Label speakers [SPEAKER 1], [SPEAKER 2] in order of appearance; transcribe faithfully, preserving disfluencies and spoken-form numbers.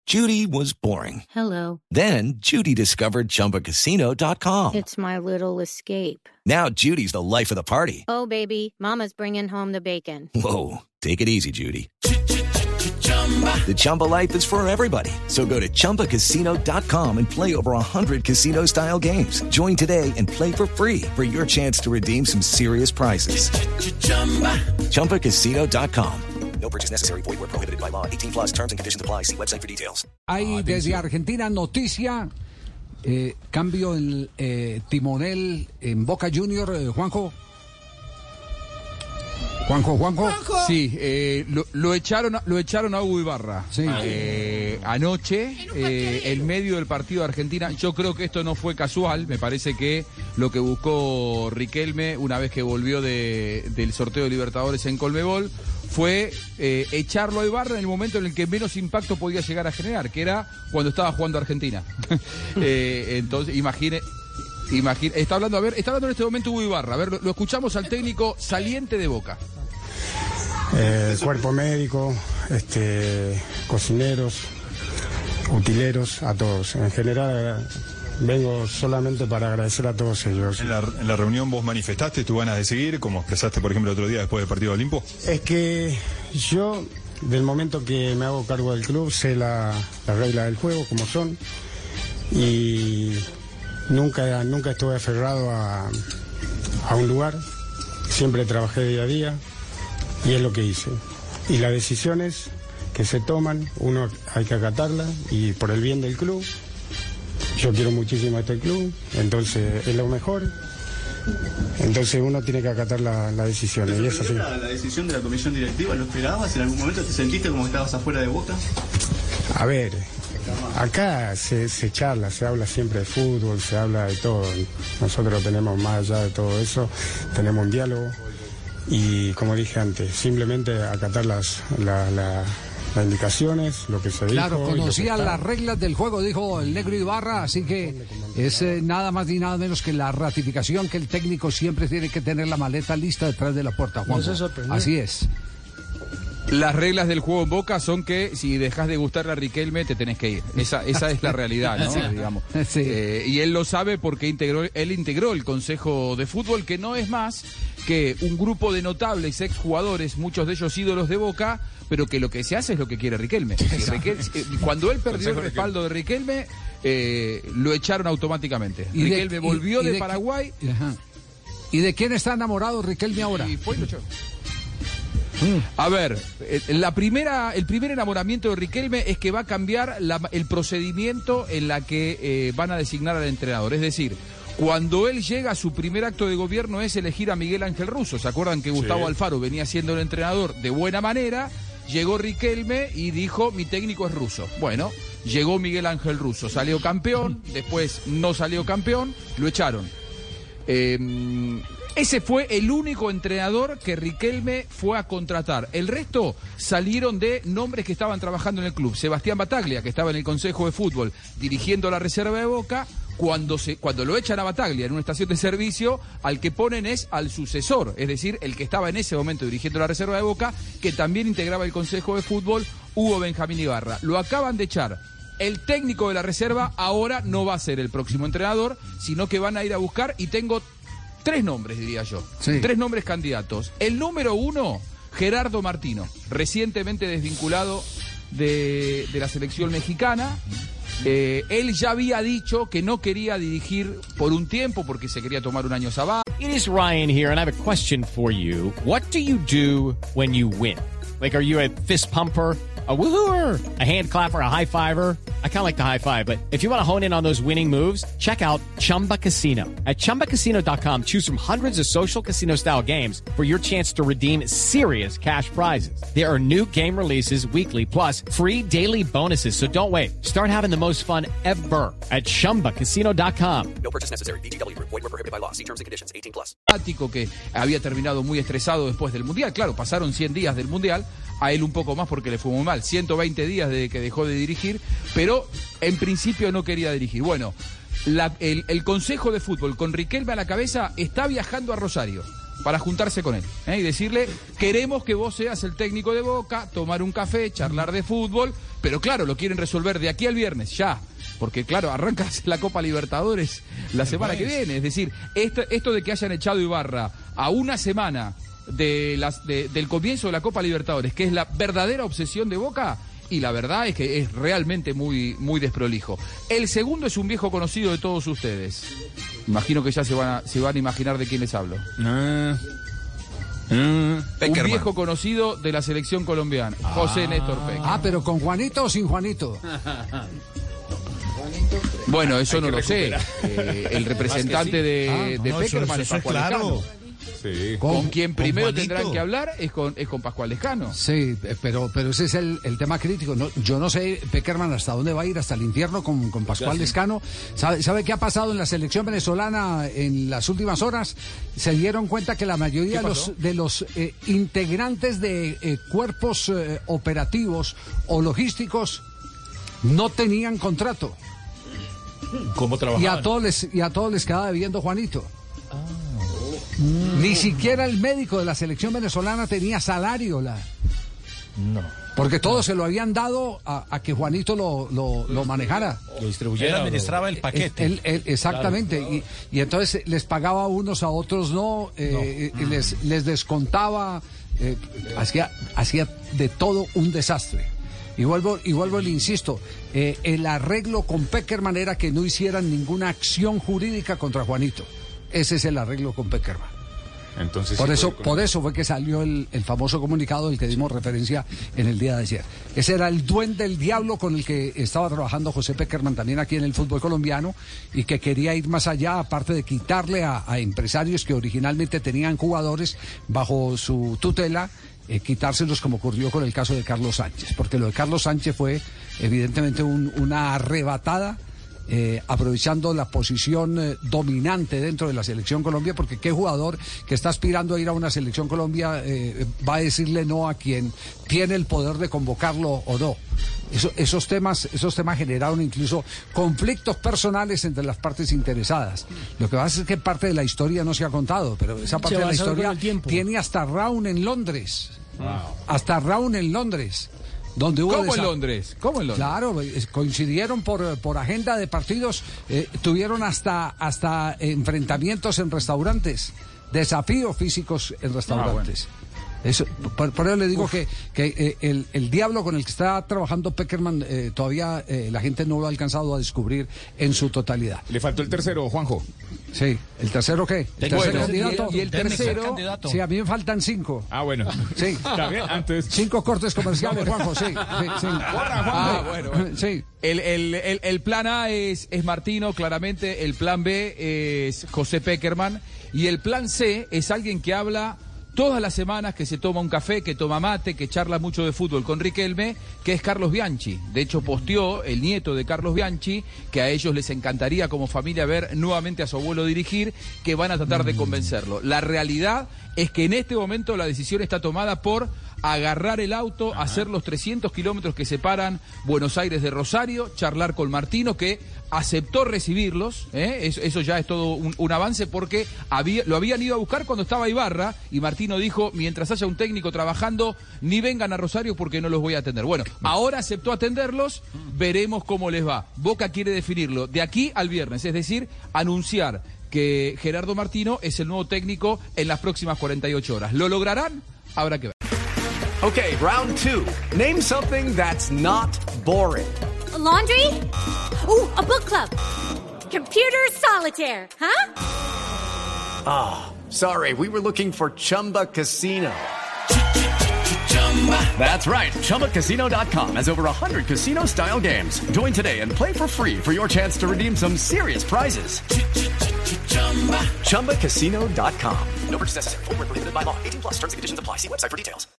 [SPEAKER 1] Judy was boring.
[SPEAKER 2] Hello.
[SPEAKER 1] Then Judy discovered Chumba Casino dot com.
[SPEAKER 2] It's my little escape.
[SPEAKER 1] Now Judy's the life of the party.
[SPEAKER 2] Oh, baby, mama's bringing home the bacon.
[SPEAKER 1] Whoa, take it easy, Judy. The Chumba life is for everybody. So go to Chumba Casino dot com and play over one hundred casino-style games. Join today and play for free for your chance to redeem some serious prizes. Chumba Casino dot com. No purchase necessary. Void where prohibited by law. eighteen plus terms and conditions apply. See website for details.
[SPEAKER 3] Hay desde Argentina noticia, eh, cambio en eh, timonel en Boca Junior, eh, Juanjo. Juanjo, Juanjo.
[SPEAKER 4] Juanjo.
[SPEAKER 5] Sí, eh, lo, lo echaron, lo echaron a Hugo Ibarra.
[SPEAKER 3] Sí.
[SPEAKER 5] Eh, anoche, eh, en medio del partido de Argentina. Yo creo que esto no fue casual. Me parece que lo que buscó Riquelme una vez que volvió de, del sorteo de Libertadores en Conmebol fue eh, echarlo a Ibarra en el momento en el que menos impacto podía llegar a generar, que era cuando estaba jugando Argentina. eh, entonces, imagine. Imagine, está hablando, a ver, está hablando en este momento Hugo Ibarra. A ver, lo, lo escuchamos al técnico saliente de Boca.
[SPEAKER 6] Eh, cuerpo médico, este, cocineros, utileros, a todos. En general, vengo solamente para agradecer a todos ellos.
[SPEAKER 7] En la, en la reunión vos manifestaste tu ganas de seguir, como expresaste, por ejemplo, el otro día después del partido de Olimpo.
[SPEAKER 6] Es que yo, del momento que me hago cargo del club, sé la, la regla del juego, como son, y nunca, nunca estuve aferrado a, a un lugar. Siempre trabajé día a día y es lo que hice. Y las decisiones que se toman, uno hay que acatarlas, y por el bien del club, yo quiero muchísimo a este club, entonces es lo mejor. Entonces uno tiene que acatar las la decisiones. Y es así.
[SPEAKER 8] La, la decisión de la comisión directiva, ¿lo esperabas? ¿En algún momento te sentiste como que estabas afuera de Boca?
[SPEAKER 6] A ver, acá se, se charla, se habla siempre de fútbol, se habla de todo. Nosotros tenemos más allá de todo eso, tenemos un diálogo y, como dije antes, simplemente acatar las, la, la, las indicaciones, lo que se dijo.
[SPEAKER 3] Claro, conocía las reglas del juego, dijo el negro Ibarra, así que es eh, nada más ni nada menos que la ratificación que el técnico siempre tiene que tener la maleta lista detrás de la puerta, Juanjo. Así es.
[SPEAKER 5] Las reglas del juego en Boca son que si dejas de gustarle a Riquelme te tenés que ir. Esa, esa es la realidad, ¿no? Sí. Digamos.
[SPEAKER 3] Sí.
[SPEAKER 5] Eh, y él lo sabe porque integró, él integró el Consejo de Fútbol, que no es más que un grupo de notables exjugadores, muchos de ellos ídolos de Boca, pero que lo que se hace es lo que quiere Riquelme. Riquelme cuando él perdió el respaldo de Riquelme, eh, lo echaron automáticamente.
[SPEAKER 3] ¿Y
[SPEAKER 5] Riquelme
[SPEAKER 3] de,
[SPEAKER 5] volvió
[SPEAKER 3] y, y
[SPEAKER 5] de,
[SPEAKER 3] de
[SPEAKER 5] Paraguay.
[SPEAKER 3] Ajá. ¿Y de quién está enamorado Riquelme ahora?
[SPEAKER 5] Y fue y lo echó. A ver, la primera, el primer enamoramiento de Riquelme es que va a cambiar la, el procedimiento en la que eh, van a designar al entrenador. Es decir, cuando él llega, su primer acto de gobierno es elegir a Miguel Ángel Russo. ¿Se acuerdan que Gustavo sí. Alfaro venía siendo el entrenador de buena manera? Llegó Riquelme y dijo, mi técnico es Russo. Bueno, llegó Miguel Ángel Russo, salió campeón, después no salió campeón, lo echaron. Eh, Ese fue el único entrenador que Riquelme fue a contratar. El resto salieron de nombres que estaban trabajando en el club. Sebastián Bataglia, que estaba en el Consejo de Fútbol dirigiendo la reserva de Boca, cuando, se, cuando lo echan a Bataglia en una estación de servicio, al que ponen es al sucesor, es decir, el que estaba en ese momento dirigiendo la reserva de Boca, que también integraba el Consejo de Fútbol, Hugo Benjamín Ibarra. Lo acaban de echar. El técnico de la reserva ahora no va a ser el próximo entrenador, sino que van a ir a buscar, y tengo tres nombres, diría yo. Sí. Tres nombres candidatos. El número uno, Gerardo Martino, recientemente desvinculado de, de la selección mexicana. Eh, él ya había dicho que no quería dirigir por un tiempo porque se quería tomar un año sabático.
[SPEAKER 9] It is Ryan here, and I have a question for you. What do you do when you win? Like, are you a fist pumper, a woohooer, a hand clapper, a high fiver? I kind of like the high five, but if you want to hone in on those winning moves, check out Chumba Casino. At Chumba Casino dot com, choose from hundreds of social casino-style games for your chance to redeem serious cash prizes. There are new game releases weekly, plus free daily bonuses, so don't wait. Start having the most fun ever at Chumba Casino dot com.
[SPEAKER 1] No purchase necessary. V G W. Void where prohibited by law. See terms and conditions. eighteen plus.
[SPEAKER 5] Que había terminado muy estresado después del Mundial. Claro, pasaron cien días del Mundial. A él un poco más porque le fue muy mal. ciento veinte días desde que dejó de dirigir, pero en principio no quería dirigir. Bueno, la, el, el Consejo de Fútbol con Riquelme a la cabeza está viajando a Rosario. para juntarse con él, ¿eh? Y decirle, queremos que vos seas el técnico de Boca, tomar un café, charlar de fútbol, pero claro, lo quieren resolver de aquí al viernes, ya. Porque claro, arranca la Copa Libertadores la semana que viene. Es decir, esto, esto de que hayan echado a Ibarra a una semana de las, de, del comienzo de la Copa Libertadores, que es la verdadera obsesión de Boca, y la verdad es que es realmente muy, muy desprolijo. El segundo es un viejo conocido de todos ustedes. Imagino que ya se van a, se van a imaginar de quién les hablo.
[SPEAKER 4] Uh, uh,
[SPEAKER 5] un viejo conocido de la selección colombiana, ah. José Néstor Peckerman.
[SPEAKER 3] Ah, pero ¿con Juanito o sin Juanito?
[SPEAKER 5] Bueno, eso no lo sé. Eh, el representante sí. de, ah, no, de no, Peckerman
[SPEAKER 4] eso, eso
[SPEAKER 5] es Pascual
[SPEAKER 4] claro.
[SPEAKER 5] Lescano.
[SPEAKER 4] Sí.
[SPEAKER 5] Con, con quien primero
[SPEAKER 4] con
[SPEAKER 5] tendrán que hablar es con, es con Pascual Lescano.
[SPEAKER 3] Sí, pero, pero ese es el, el tema crítico. No, yo no sé, Peckerman, hasta dónde va a ir, hasta el infierno con, con Pascual sí. Lescano. ¿Sabe, ¿Sabe qué ha pasado en la selección venezolana en las últimas horas? Se dieron cuenta que la mayoría de los, de los eh, integrantes de eh, cuerpos eh, operativos o logísticos no tenían contrato.
[SPEAKER 4] ¿Cómo trabajaban?
[SPEAKER 3] Y a todos les, y a todos les quedaba debiendo Juanito. Ah. Mm. Ni siquiera el médico de la selección venezolana tenía salario. La...
[SPEAKER 4] No.
[SPEAKER 3] Porque todos se lo habían dado a, a que Juanito lo, lo, lo manejara.
[SPEAKER 4] Lo distribuyera. Él administraba el paquete.
[SPEAKER 3] Él, él, exactamente. Claro. Y, y entonces les pagaba a unos, a otros no. Eh, no. Les, les descontaba. Eh, hacía, hacía de todo un desastre. Y vuelvo, y vuelvo le insisto, eh, el arreglo con Peckerman era que no hicieran ninguna acción jurídica contra Juanito. Ese es el arreglo con Peckerman.
[SPEAKER 4] Entonces,
[SPEAKER 3] por
[SPEAKER 4] sí
[SPEAKER 3] eso, por eso fue que salió el, el famoso comunicado del que dimos referencia en el día de ayer. Ese era el duende del diablo con el que estaba trabajando José Peckerman también aquí en el fútbol colombiano y que quería ir más allá, aparte de quitarle a, a empresarios que originalmente tenían jugadores bajo su tutela. Eh, quitárselos como ocurrió con el caso de Carlos Sánchez, porque lo de Carlos Sánchez fue evidentemente un, una arrebatada, eh, aprovechando la posición eh, dominante dentro de la selección Colombia, porque qué jugador que está aspirando a ir a una selección Colombia eh, va a decirle no a quien tiene el poder de convocarlo o no. Eso, esos temas, esos temas generaron incluso conflictos personales entre las partes interesadas. Lo que pasa es que parte de la historia no se ha contado, pero esa parte de la historia tiene hasta round en Londres. Wow. Hasta round en Londres. Donde hubo
[SPEAKER 5] ¿Cómo
[SPEAKER 3] desa-
[SPEAKER 5] en Londres? ¿Cómo en Londres?
[SPEAKER 3] Claro, coincidieron por, por agenda de partidos, eh, tuvieron hasta, hasta enfrentamientos en restaurantes, desafíos físicos en restaurantes. Ah, bueno. Eso, por, por eso le digo Uf. que, que eh, el, el diablo con el que está trabajando Peckerman eh, todavía eh, la gente no lo ha alcanzado a descubrir en su totalidad.
[SPEAKER 4] Le faltó el tercero, Juanjo.
[SPEAKER 3] Sí, ¿el tercero qué? ¿El
[SPEAKER 5] bueno,
[SPEAKER 3] tercer candidato?
[SPEAKER 5] Y el, y el tercero...
[SPEAKER 3] Sí, a mí me faltan cinco.
[SPEAKER 4] Ah, bueno.
[SPEAKER 3] Sí.
[SPEAKER 4] Está bien, antes...
[SPEAKER 3] Cinco cortes comerciales, Juanjo, sí. sí, sí.
[SPEAKER 5] Ah, bueno, bueno.
[SPEAKER 3] Sí.
[SPEAKER 5] El, el, el, el plan A es, es Martino, claramente. El plan B es José Peckerman. Y el plan C es alguien que habla todas las semanas, que se toma un café, que toma mate, que charla mucho de fútbol con Riquelme, que es Carlos Bianchi. De hecho, posteó el nieto de Carlos Bianchi, que a ellos les encantaría como familia ver nuevamente a su abuelo dirigir, que van a tratar de convencerlo. La realidad es que en este momento la decisión está tomada por agarrar el auto, Ajá. hacer los trescientos kilómetros que separan Buenos Aires de Rosario, charlar con Martino, que aceptó recibirlos, ¿eh? eso, eso ya es todo un, un avance, porque había, lo habían ido a buscar cuando estaba Ibarra, y Martino dijo, mientras haya un técnico trabajando, ni vengan a Rosario porque no los voy a atender. Bueno, ahora aceptó atenderlos, veremos cómo les va. Boca quiere definirlo de aquí al viernes, es decir, anunciar que Gerardo Martino es el nuevo técnico en las próximas cuarenta y ocho horas. ¿Lo lograrán? Habrá que ver.
[SPEAKER 10] Okay, round two. Name something that's not boring.
[SPEAKER 2] A laundry? Ooh, a book club. Computer solitaire, huh?
[SPEAKER 10] Ah, oh, sorry, we were looking for Chumba Casino. That's right, Chumba Casino dot com has over one hundred casino-style games. Join today and play for free for your chance to redeem some serious prizes. Chumba Casino dot com. No purchase necessary. Void where prohibited by law. eighteen plus terms and conditions apply. See website for details.